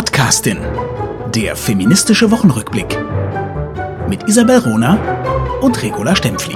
Podcastin. Der feministische Wochenrückblick. Mit Isabel Rohner und Regula Stempfli.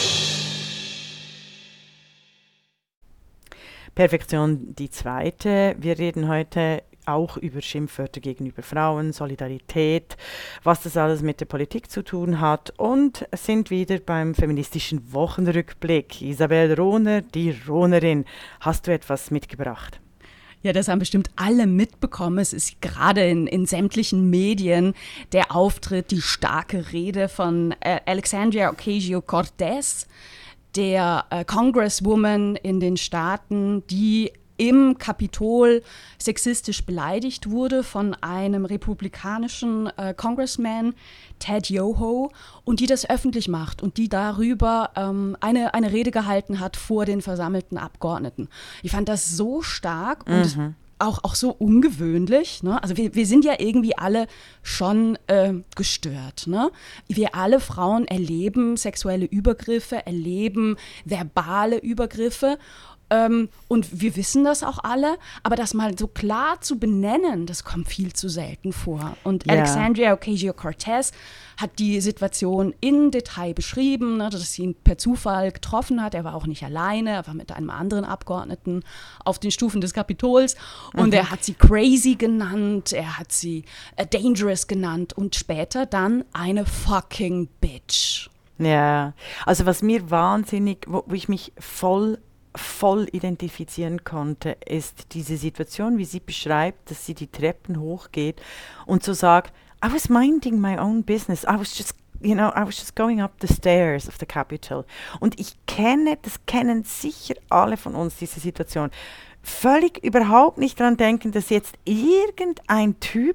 Perfektion die zweite. Wir reden heute auch über Schimpfwörter gegenüber Frauen, Solidarität, was das alles mit der Politik zu tun hat und sind wieder beim feministischen Wochenrückblick. Isabel Rohner, die Rohnerin, hast du etwas mitgebracht? Ja, das haben bestimmt alle mitbekommen. Es ist gerade in sämtlichen Medien der Auftritt, die starke Rede von Alexandria Ocasio-Cortez, der Congresswoman in den Staaten, die im Kapitol sexistisch beleidigt wurde von einem republikanischen Congressman, Ted Yoho, und die das öffentlich macht und die darüber eine Rede gehalten hat vor den versammelten Abgeordneten. Ich fand das so stark und auch so ungewöhnlich. Ne? Also wir sind ja irgendwie alle schon gestört. Ne? Wir alle Frauen erleben sexuelle Übergriffe, erleben verbale Übergriffe. Und wir wissen das auch alle, aber das mal so klar zu benennen, das kommt viel zu selten vor. Und ja. Alexandria Ocasio-Cortez hat die Situation in Detail beschrieben, ne, dass sie ihn per Zufall getroffen hat. Er war auch nicht alleine, er war mit einem anderen Abgeordneten auf den Stufen des Kapitols. Und er hat sie crazy genannt, er hat sie dangerous genannt und später dann eine fucking bitch. Ja, also was mir wahnsinnig, wo ich mich voll identifizieren konnte, ist diese Situation, wie sie beschreibt, dass sie die Treppen hochgeht und so sagt, I was minding my own business. I was just going up the stairs of the Capitol. Und das kennen sicher alle von uns, diese Situation. Völlig überhaupt nicht daran denken, dass jetzt irgendein Typ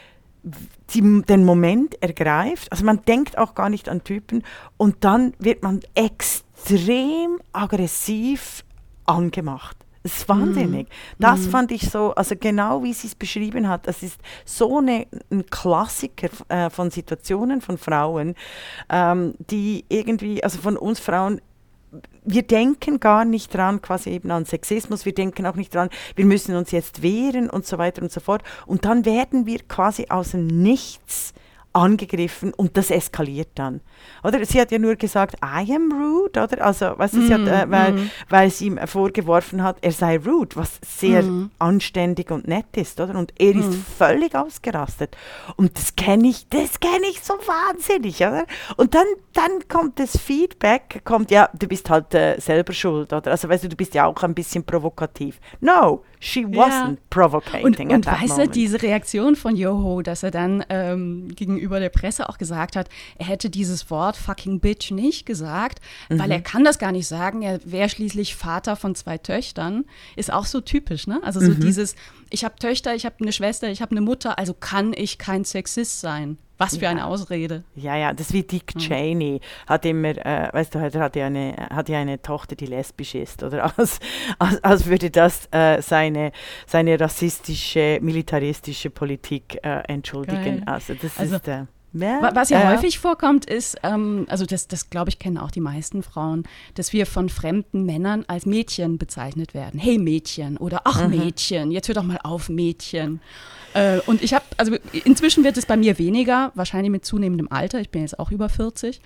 den Moment ergreift. Also man denkt auch gar nicht an Typen und dann wird man extrem aggressiv angemacht. Das ist wahnsinnig. Das fand ich so, also genau wie sie es beschrieben hat, das ist so ein Klassiker von Situationen von Frauen, die irgendwie, also von uns Frauen, wir denken gar nicht dran, quasi eben an Sexismus, wir denken auch nicht dran, wir müssen uns jetzt wehren und so weiter und so fort. Und dann werden wir quasi aus dem Nichts angegriffen und das eskaliert dann. Oder? Sie hat ja nur gesagt, I am rude, oder? Also, weißt du, sie hat, weil sie ihm vorgeworfen hat, er sei rude, was sehr anständig und nett ist, oder? Und er ist völlig ausgerastet. Und das kenne ich so wahnsinnig, oder? Und dann kommt das Feedback, ja, du bist halt selber schuld, oder? Also, weißt du bist ja auch ein bisschen provokativ. No, she wasn't provocating und weißt du, diese Reaktion von Yoho, dass er dann gegenüber der Presse auch gesagt hat, er hätte dieses Wort fucking bitch nicht gesagt, weil er kann das gar nicht sagen, er wäre schließlich Vater von 2 Töchtern, ist auch so typisch, ne? Also so dieses, ich habe Töchter, ich habe eine Schwester, ich habe eine Mutter, also kann ich kein Sexist sein. Was für eine Ausrede. Ja, das ist wie Dick Cheney. Hat immer, weißt du, hat ja eine Tochter, die lesbisch ist. Oder als würde das seine rassistische, militaristische Politik entschuldigen. Geil. Also das ist... Was häufig vorkommt, ist, also das glaube ich kennen auch die meisten Frauen, dass wir von fremden Männern als Mädchen bezeichnet werden. Hey Mädchen oder ach Mädchen, jetzt hör doch mal auf Mädchen. Und inzwischen wird es bei mir weniger, wahrscheinlich mit zunehmendem Alter, ich bin jetzt auch über 40.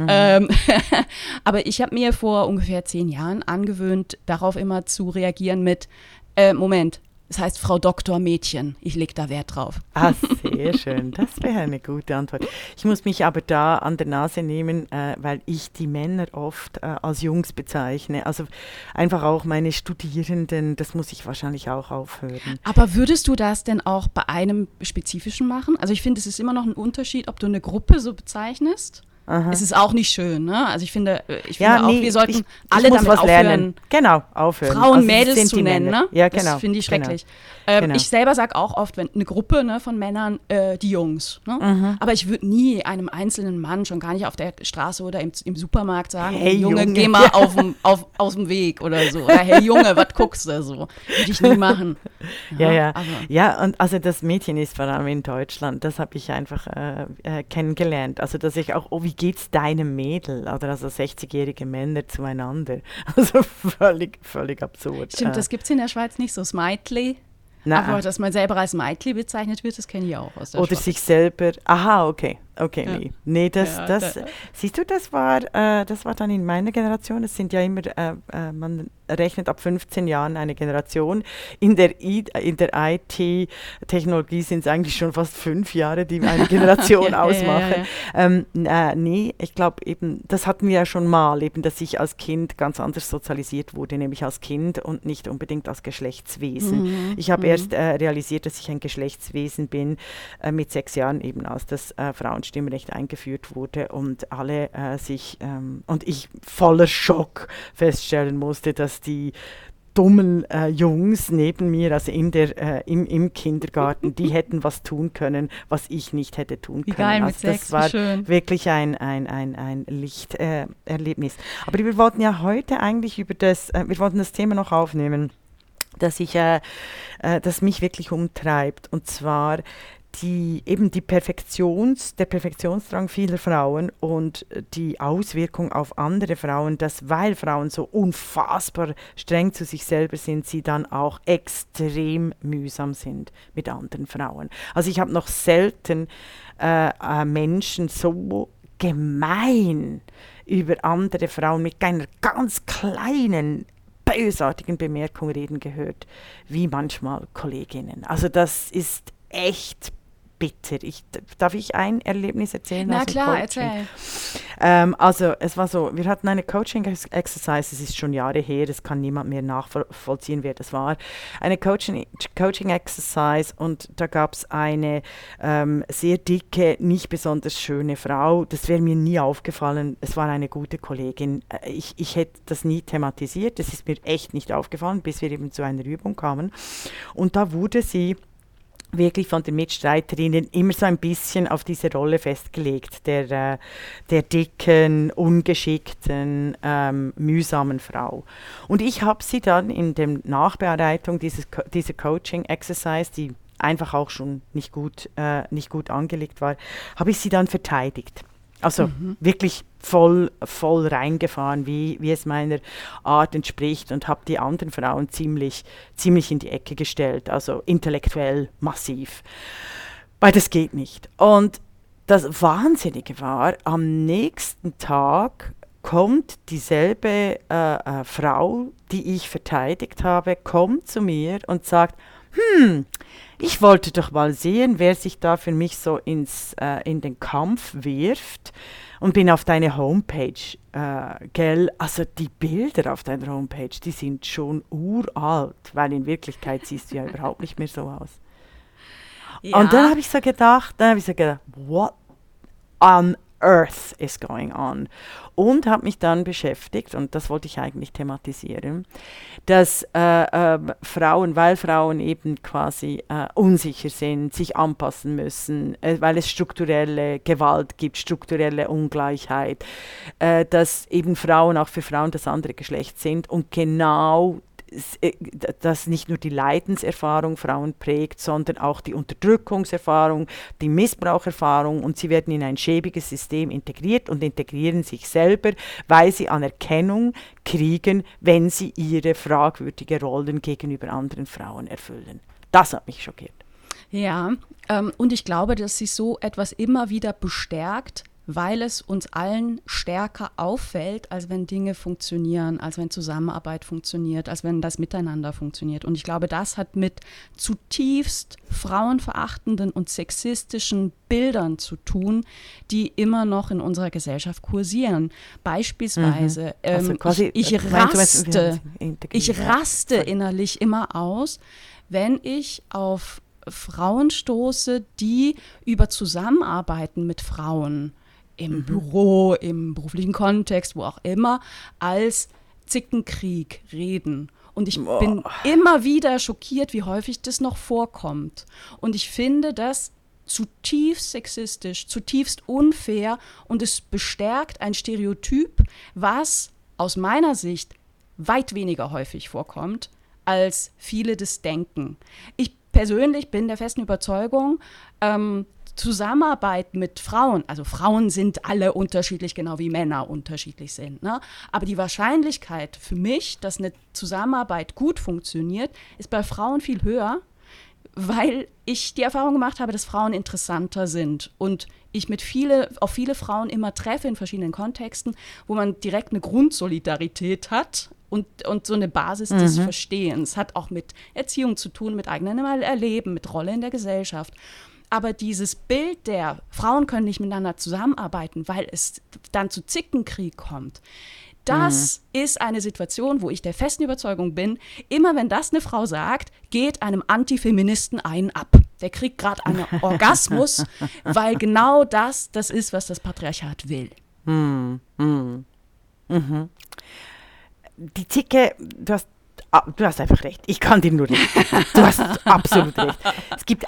Aber ich habe mir vor ungefähr 10 Jahren angewöhnt, darauf immer zu reagieren mit, Moment, das heißt Frau Doktor Mädchen, ich lege da Wert drauf. Sehr schön, das wäre eine gute Antwort. Ich muss mich aber da an der Nase nehmen, weil ich die Männer oft als Jungs bezeichne. Also einfach auch meine Studierenden, das muss ich wahrscheinlich auch aufhören. Aber würdest du das denn auch bei einem Spezifischen machen? Also ich finde, es ist immer noch ein Unterschied, ob du eine Gruppe so bezeichnest. Aha. Es ist auch nicht schön, ne? Also ich finde auch, wir sollten alle damit aufhören, lernen. Genau, aufhören. Frauen also Mädels zu nennen, ne? Ja, genau. Das finde ich schrecklich. Genau. Ich selber sage auch oft, wenn eine Gruppe von Männern, die Jungs, ne? Aber ich würde nie einem einzelnen Mann, schon gar nicht auf der Straße oder im Supermarkt sagen, hey Junge, geh mal aus dem Weg oder so. Oder hey Junge, was guckst du so? Würde ich nie machen. Ja, und also das Mädchen ist vor allem in Deutschland, das habe ich einfach kennengelernt. Also dass ich auch, wie geht's deinem Mädel? Oder also 60-jährige Männer zueinander. Also völlig absurd. Stimmt, das gibt es in der Schweiz nicht so. Smitely. Aber dass man selber als Maikli bezeichnet wird, das kenne ich auch aus der Oder Sport. sich selber, aha, okay, Ja. nee. Nee, siehst du, das war dann in meiner Generation, es sind ja immer, man rechnet ab 15 Jahren eine Generation. In der IT-Technologie sind es eigentlich schon fast 5 Jahre, die eine Generation ausmachen. Nee, ich glaube eben, das hatten wir ja schon mal, eben, dass ich als Kind ganz anders sozialisiert wurde, nämlich als Kind und nicht unbedingt als Geschlechtswesen. Ich habe erst realisiert, dass ich ein Geschlechtswesen bin, mit 6 Jahren eben, als das Frauenstimmrecht eingeführt wurde und alle und ich voller Schock feststellen musste, dass die dummen Jungs neben mir, also im Kindergarten, die hätten was tun können, was ich nicht hätte tun können. Wie geil, mit also 6, das war schön. wirklich ein Lichterlebnis. Aber wir wollten ja heute eigentlich wir wollten das Thema noch aufnehmen, das mich wirklich umtreibt, und zwar der Perfektionsdrang vieler Frauen und die Auswirkung auf andere Frauen, dass, weil Frauen so unfassbar streng zu sich selber sind, sie dann auch extrem mühsam sind mit anderen Frauen. Also ich habe noch selten Menschen so gemein über andere Frauen mit einer ganz kleinen bösartigen Bemerkung reden gehört, wie manchmal Kolleginnen. Also das ist echt bitter. Darf ich ein Erlebnis erzählen? Na klar, erzähl. Also es war so, wir hatten eine Coaching-Exercise, es ist schon Jahre her, das kann niemand mehr nachvollziehen, wer das war. Eine Coaching-Exercise, und da gab es eine sehr dicke, nicht besonders schöne Frau. Das wäre mir nie aufgefallen, es war eine gute Kollegin. Ich hätte das nie thematisiert, das ist mir echt nicht aufgefallen, bis wir eben zu einer Übung kamen. Und da wurde sie wirklich von den Mitstreiterinnen immer so ein bisschen auf diese Rolle festgelegt, der dicken, ungeschickten, mühsamen Frau. Und ich habe sie dann in der Nachbearbeitung dieser Coaching-Exercise, die einfach auch schon nicht gut angelegt war, habe ich sie dann verteidigt. Also wirklich voll reingefahren, wie es meiner Art entspricht, und habe die anderen Frauen ziemlich in die Ecke gestellt, also intellektuell massiv. Weil das geht nicht. Und das Wahnsinnige war, am nächsten Tag kommt dieselbe Frau, die ich verteidigt habe, kommt zu mir und sagt, ich wollte doch mal sehen, wer sich da für mich so in den Kampf wirft, und bin auf deine Homepage, gell? Also die Bilder auf deiner Homepage, die sind schon uralt, weil in Wirklichkeit siehst du ja überhaupt nicht mehr so aus. Ja. Und dann habe ich so gedacht, what on earth is going on? Und habe mich dann beschäftigt, und das wollte ich eigentlich thematisieren, dass weil Frauen eben quasi unsicher sind, sich anpassen müssen, weil es strukturelle Gewalt gibt, strukturelle Ungleichheit, dass eben Frauen auch für Frauen das andere Geschlecht sind, und genau dass nicht nur die Leidenserfahrung Frauen prägt, sondern auch die Unterdrückungserfahrung, die Missbraucherfahrung, und sie werden in ein schäbiges System integriert und integrieren sich selber, weil sie Anerkennung kriegen, wenn sie ihre fragwürdige Rollen gegenüber anderen Frauen erfüllen. Das hat mich schockiert. Ja, und ich glaube, dass sich so etwas immer wieder bestärkt, weil es uns allen stärker auffällt, als wenn Dinge funktionieren, als wenn Zusammenarbeit funktioniert, als wenn das Miteinander funktioniert. Und ich glaube, das hat mit zutiefst frauenverachtenden und sexistischen Bildern zu tun, die immer noch in unserer Gesellschaft kursieren. Beispielsweise, also quasi, ich raste innerlich immer aus, wenn ich auf Frauen stoße, die über Zusammenarbeiten mit Frauen im Büro, im beruflichen Kontext, wo auch immer, als Zickenkrieg reden. Und ich bin immer wieder schockiert, wie häufig das noch vorkommt. Und ich finde das zutiefst sexistisch, zutiefst unfair, und es bestärkt ein Stereotyp, was aus meiner Sicht weit weniger häufig vorkommt, als viele das denken. Ich persönlich bin der festen Überzeugung, Zusammenarbeit mit Frauen, also Frauen sind alle unterschiedlich, genau wie Männer unterschiedlich sind, ne? Aber die Wahrscheinlichkeit für mich, dass eine Zusammenarbeit gut funktioniert, ist bei Frauen viel höher, weil ich die Erfahrung gemacht habe, dass Frauen interessanter sind und ich auf viele Frauen immer treffe in verschiedenen Kontexten, wo man direkt eine Grundsolidarität hat und so eine Basis des Verstehens. Hat auch mit Erziehung zu tun, mit eigenem Erleben, mit Rolle in der Gesellschaft. Aber dieses Bild der Frauen können nicht miteinander zusammenarbeiten, weil es dann zu Zickenkrieg kommt, das ist eine Situation, wo ich der festen Überzeugung bin, immer wenn das eine Frau sagt, geht einem Antifeministen einen ab. Der kriegt gerade einen Orgasmus, weil genau das ist, was das Patriarchat will. Die Zicke, du hast einfach recht. Ich kann dir nur recht. Du hast absolut recht. Es gibt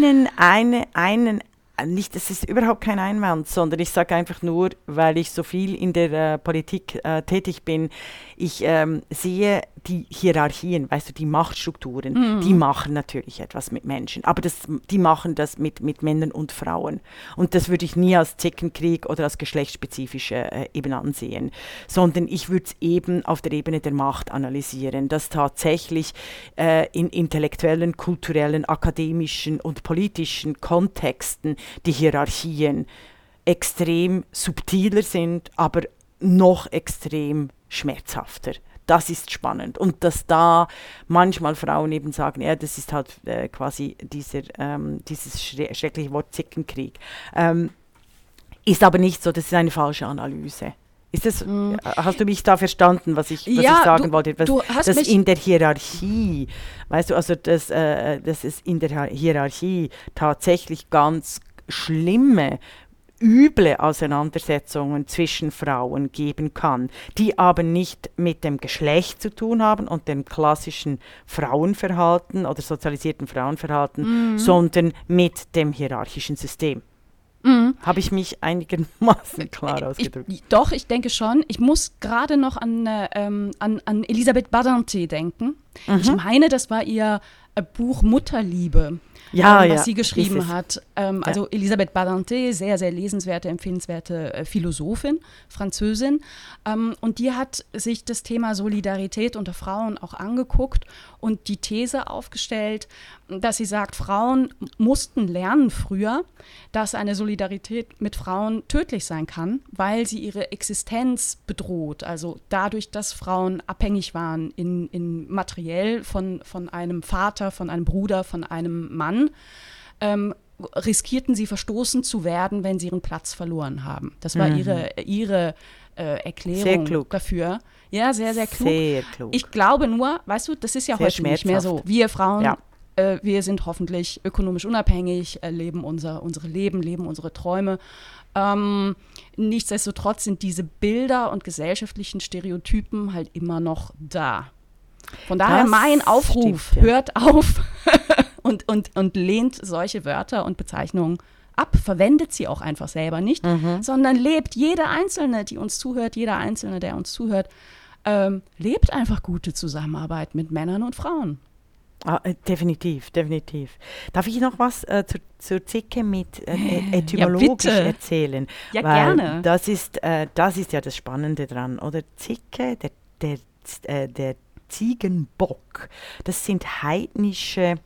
nicht, das ist überhaupt kein Einwand, sondern ich sage einfach nur, weil ich so viel in der Politik tätig bin, ich sehe die Hierarchien, weißt du, die Machtstrukturen, die machen natürlich etwas mit Menschen, aber die machen das mit Männern und Frauen. Und das würde ich nie als Zickenkrieg oder als geschlechtsspezifische Ebene ansehen, sondern ich würde es eben auf der Ebene der Macht analysieren, dass tatsächlich in intellektuellen, kulturellen, akademischen und politischen Kontexten die Hierarchien extrem subtiler sind, aber noch extrem schmerzhafter. Das ist spannend. Und dass da manchmal Frauen eben sagen, ja, das ist halt quasi dieses schreckliche Wort Zickenkrieg. Ist aber nicht so, das ist eine falsche Analyse. Hast du mich da verstanden, was ich sagen wollte? Das in der Hierarchie, weißt du, also dass es in der Hierarchie tatsächlich ganz schlimme, üble Auseinandersetzungen zwischen Frauen geben kann, die aber nicht mit dem Geschlecht zu tun haben und dem klassischen Frauenverhalten oder sozialisierten Frauenverhalten, sondern mit dem hierarchischen System. Habe ich mich einigermaßen klar ausgedrückt? Doch, ich denke schon. Ich muss gerade noch an Elisabeth Badinter denken. Ich meine, das war ihr Buch Mutterliebe, was sie geschrieben hat. Also Elisabeth Badinter, sehr, sehr lesenswerte, empfehlenswerte Philosophin, Französin. Und die hat sich das Thema Solidarität unter Frauen auch angeguckt und die These aufgestellt, dass sie sagt, Frauen mussten lernen früher, dass eine Solidarität mit Frauen tödlich sein kann, weil sie ihre Existenz bedroht. Also dadurch, dass Frauen abhängig waren in materiell von einem Vater, von einem Bruder, von einem Mann, riskierten sie verstoßen zu werden, wenn sie ihren Platz verloren haben. Das war ihre Erklärung dafür. Ja, sehr, sehr klug. Sehr klug. Ich glaube nur, weißt du, das ist ja sehr heute nicht mehr so. Wir Frauen, wir sind hoffentlich ökonomisch unabhängig, leben unsere Leben, leben unsere Träume. Nichtsdestotrotz sind diese Bilder und gesellschaftlichen Stereotypen halt immer noch da. Von daher mein Aufruf, hört auf und lehnt solche Wörter und Bezeichnungen ab, verwendet sie auch einfach selber nicht, sondern lebt jede Einzelne, die uns zuhört, jeder Einzelne, der uns zuhört, lebt einfach gute Zusammenarbeit mit Männern und Frauen. Definitiv. Darf ich noch was zur Zicke mit etymologisch erzählen? Ja, weil gerne. Das ist ja das Spannende dran, oder? Zicke, der Ziegenbock, das sind heidnische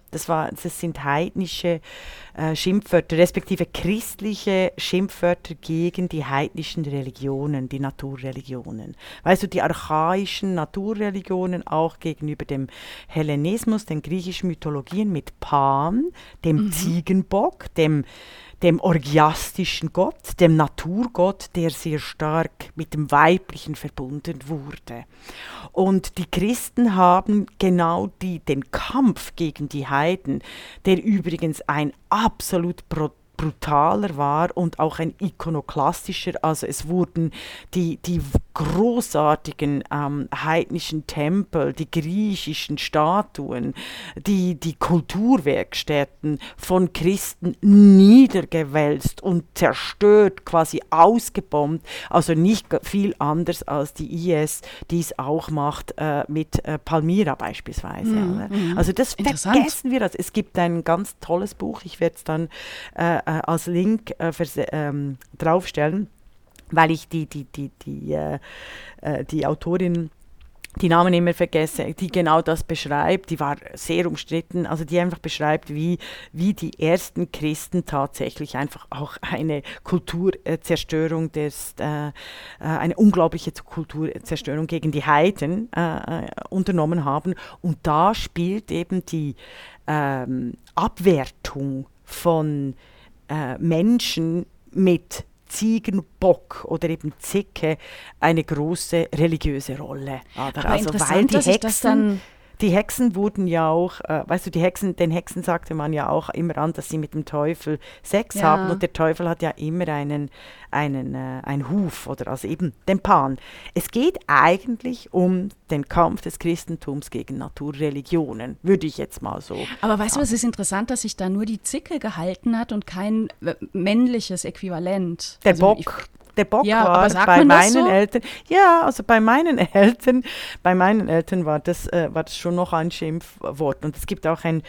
Schimpfwörter, respektive christliche Schimpfwörter gegen die heidnischen Religionen, die Naturreligionen. Weißt du, die archaischen Naturreligionen auch gegenüber dem Hellenismus, den griechischen Mythologien mit Pan, dem Ziegenbock, dem orgiastischen Gott, dem Naturgott, der sehr stark mit dem Weiblichen verbunden wurde. Und die Christen haben genau den Kampf gegen die Heiden, der übrigens ein absolut brutaler war und auch ein ikonoklastischer, also es wurden die großartigen heidnischen Tempel, die griechischen Statuen, die Kulturwerkstätten von Christen niedergewälzt und zerstört, quasi ausgebombt, also nicht viel anders als die IS, die es auch macht mit Palmyra beispielsweise. Also das vergessen wir. Es gibt ein ganz tolles Buch, ich werde es dann als Link draufstellen, weil ich die Autorin die Namen immer vergesse, die genau das beschreibt, die war sehr umstritten, also die einfach beschreibt, wie die ersten Christen tatsächlich einfach auch eine Kulturzerstörung, eine unglaubliche Kulturzerstörung gegen die Heiden unternommen haben. Und da spielt eben die Abwertung von Menschen mit Ziegenbock oder eben Zicke eine große religiöse Rolle. Aber also weil die Hexen wurden ja auch, weißt du, den Hexen sagte man ja auch immer an, dass sie mit dem Teufel Sex haben, und der Teufel hat ja immer einen Huf oder also eben den Pan. Es geht eigentlich um den Kampf des Christentums gegen Naturreligionen, würde ich jetzt mal so Aber weißt du, es ist interessant, dass sich da nur die Zicke gehalten hat und kein männliches Äquivalent. Der Bock. Der Bock ja, war bei meinen Eltern. Ja, also bei meinen Eltern war das schon noch ein Schimpfwort. Und es gibt auch ein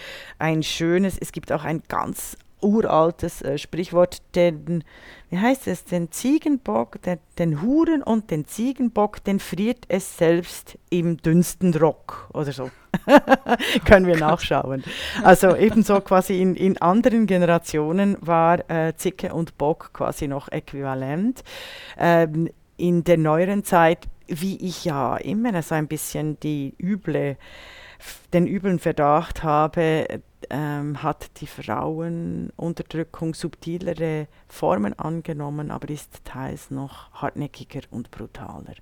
ganz uraltes Sprichwort, wie heißt es, den Ziegenbock, den Huren und den Ziegenbock, den friert es selbst im dünnsten Rock oder so. Können wir nachschauen. Also ebenso quasi in anderen Generationen war Zicke und Bock quasi noch äquivalent. In der neueren Zeit, wie ich ja immer so ein bisschen den üblen Verdacht habe, hat die Frauenunterdrückung subtilere Formen angenommen, aber ist teils noch hartnäckiger und brutaler.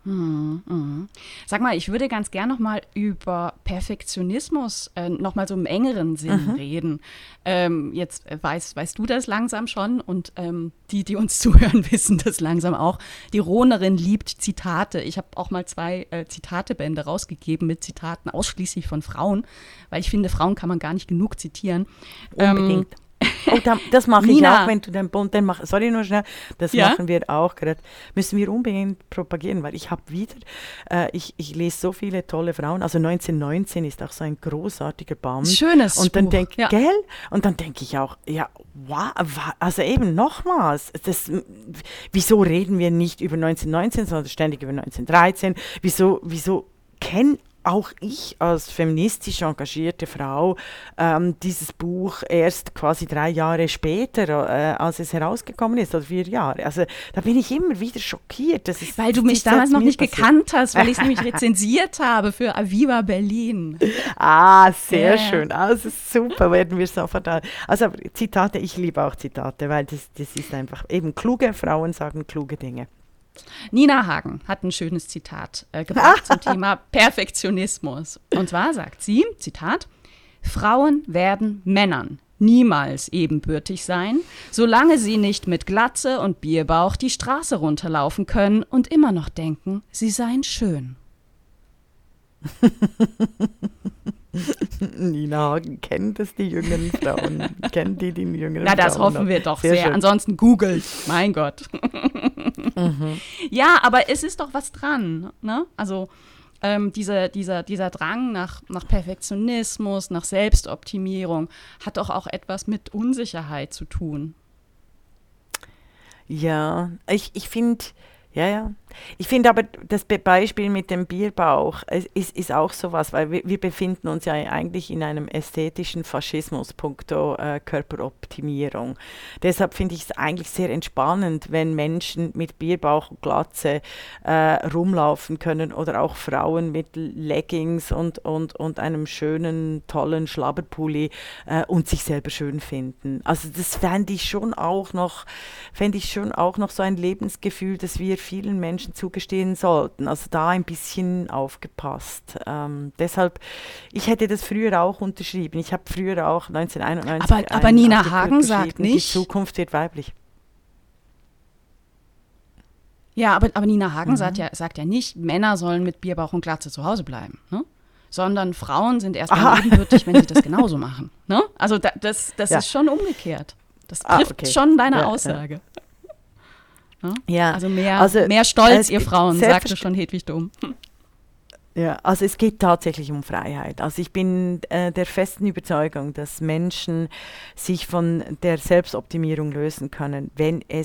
Sag mal, ich würde ganz gern noch mal über Perfektionismus noch mal so im engeren Sinn reden. Jetzt weißt du das langsam schon, und die uns zuhören, wissen das langsam auch. Die Rohnerin liebt Zitate. Ich habe auch mal 2 Zitatebände rausgegeben mit Zitaten ausschließlich von Frauen, weil ich finde, Frauen kann man gar nicht genug zitieren. Unbedingt. Oh, das mache ich auch, wenn du den Bund, sorry, nur schnell, das machen wir auch gerade, müssen wir unbedingt propagieren, weil ich habe ich lese so viele tolle Frauen, also 1919 ist auch so ein großartiger Band. Schönes und dann Buch, gell? Und dann denke ich auch, ja, wow, also eben nochmals, wieso reden wir nicht über 1919, sondern ständig über 1913, wieso kennen auch ich als feministisch engagierte Frau dieses Buch erst quasi 3 Jahre später, als es herausgekommen ist, oder 4 Jahre. Also da bin ich immer wieder schockiert. Weil du mich damals noch nicht gekannt hast, weil ich es nämlich rezensiert habe für Aviva Berlin. Sehr schön. Also super, werden wir sofort. Also Zitate, ich liebe auch Zitate, weil das ist einfach eben kluge Frauen sagen kluge Dinge. Nina Hagen hat ein schönes Zitat gebracht zum Thema Perfektionismus. Und zwar sagt sie, Zitat, Frauen werden Männern niemals ebenbürtig sein, solange sie nicht mit Glatze und Bierbauch die Straße runterlaufen können und immer noch denken, sie seien schön. Nina Hagen kennt es, die jüngeren Frauen. Kennen die jüngeren Frauen? Na, das hoffen wir doch sehr. Schön. Ansonsten googelt, mein Gott. Ja, aber es ist doch was dran, ne? Also dieser Drang nach Perfektionismus, nach Selbstoptimierung hat doch auch etwas mit Unsicherheit zu tun. Ja, ich finde... Ja. Ich finde aber, das Beispiel mit dem Bierbauch ist auch sowas, weil wir befinden uns ja eigentlich in einem ästhetischen Faschismus punkto Körperoptimierung. Deshalb finde ich es eigentlich sehr entspannend, wenn Menschen mit Bierbauch und Glatze rumlaufen können oder auch Frauen mit Leggings und einem schönen, tollen Schlabberpulli und sich selber schön finden. Also das fände ich schon auch noch so ein Lebensgefühl, das wir vielen Menschen zugestehen sollten. Also da ein bisschen aufgepasst. Deshalb, ich hätte das früher auch unterschrieben. Ich habe früher auch 1991 aber Nina Hagen sagt nicht, die Zukunft wird weiblich. Ja, aber Nina Hagen sagt ja nicht, Männer sollen mit Bierbauch und Glatze zu Hause bleiben, ne? Sondern Frauen sind erstmal ebenbürtig, wenn sie das genauso machen. Ne? Also das ist schon umgekehrt. Das trifft schon deine Aussage. Ja, also mehr Stolz, ihr Frauen, sagte schon Hedwig Dohm. Ja, also es geht tatsächlich um Freiheit. Also ich bin der festen Überzeugung, dass Menschen sich von der Selbstoptimierung lösen können,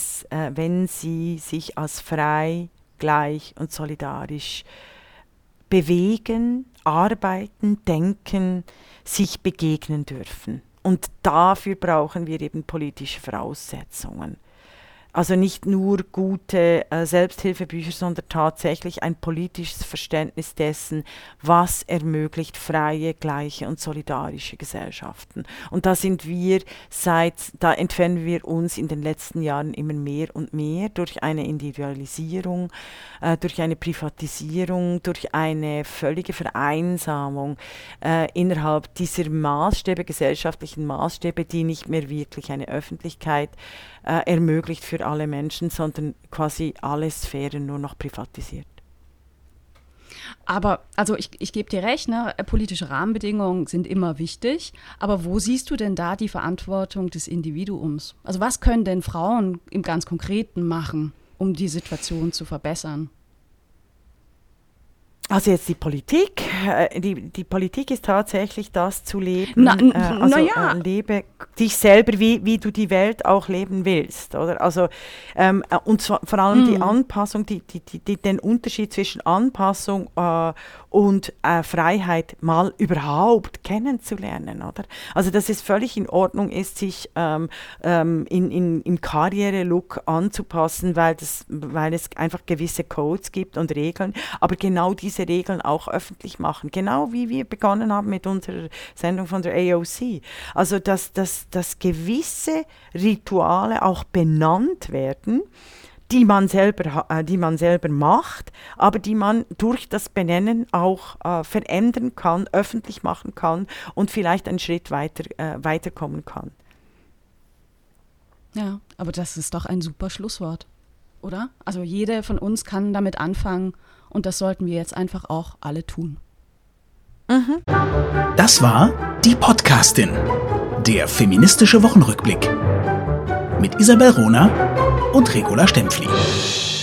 wenn sie sich als frei, gleich und solidarisch bewegen, arbeiten, denken, sich begegnen dürfen. Und dafür brauchen wir eben politische Voraussetzungen. Also nicht nur gute Selbsthilfebücher, sondern tatsächlich ein politisches Verständnis dessen, was ermöglicht freie, gleiche und solidarische Gesellschaften. Und da entfernen wir uns in den letzten Jahren immer mehr und mehr durch eine Individualisierung, durch eine Privatisierung, durch eine völlige Vereinsamung innerhalb dieser Maßstäbe, gesellschaftlichen Maßstäbe, die nicht mehr wirklich eine Öffentlichkeit ermöglicht für alle Menschen, sondern quasi alle Sphären nur noch privatisiert. Aber, also ich gebe dir recht, ne? Politische Rahmenbedingungen sind immer wichtig, aber wo siehst du denn da die Verantwortung des Individuums? Also was können denn Frauen im ganz Konkreten machen, um die Situation zu verbessern? Also jetzt die Politik. Die Politik ist tatsächlich das zu leben. Lebe dich selber, wie du die Welt auch leben willst, oder? Also und zwar vor allem die Anpassung, den Unterschied zwischen Anpassung und Freiheit mal überhaupt kennenzulernen, oder? Also dass es völlig in Ordnung ist, sich in Karriere-Look anzupassen, weil es einfach gewisse Codes gibt und Regeln, aber genau diese Regeln auch öffentlich machen, genau wie wir begonnen haben mit unserer Sendung von der AOC. Also dass gewisse Rituale auch benannt werden, die man selber macht, aber die man durch das Benennen auch verändern kann, öffentlich machen kann und vielleicht einen Schritt weiterkommen kann. Ja, aber das ist doch ein super Schlusswort, oder? Also jede von uns kann damit anfangen und das sollten wir jetzt einfach auch alle tun. Mhm. Das war die Podcastin, der feministische Wochenrückblick mit Isabel Rohner und Regula Stempfli.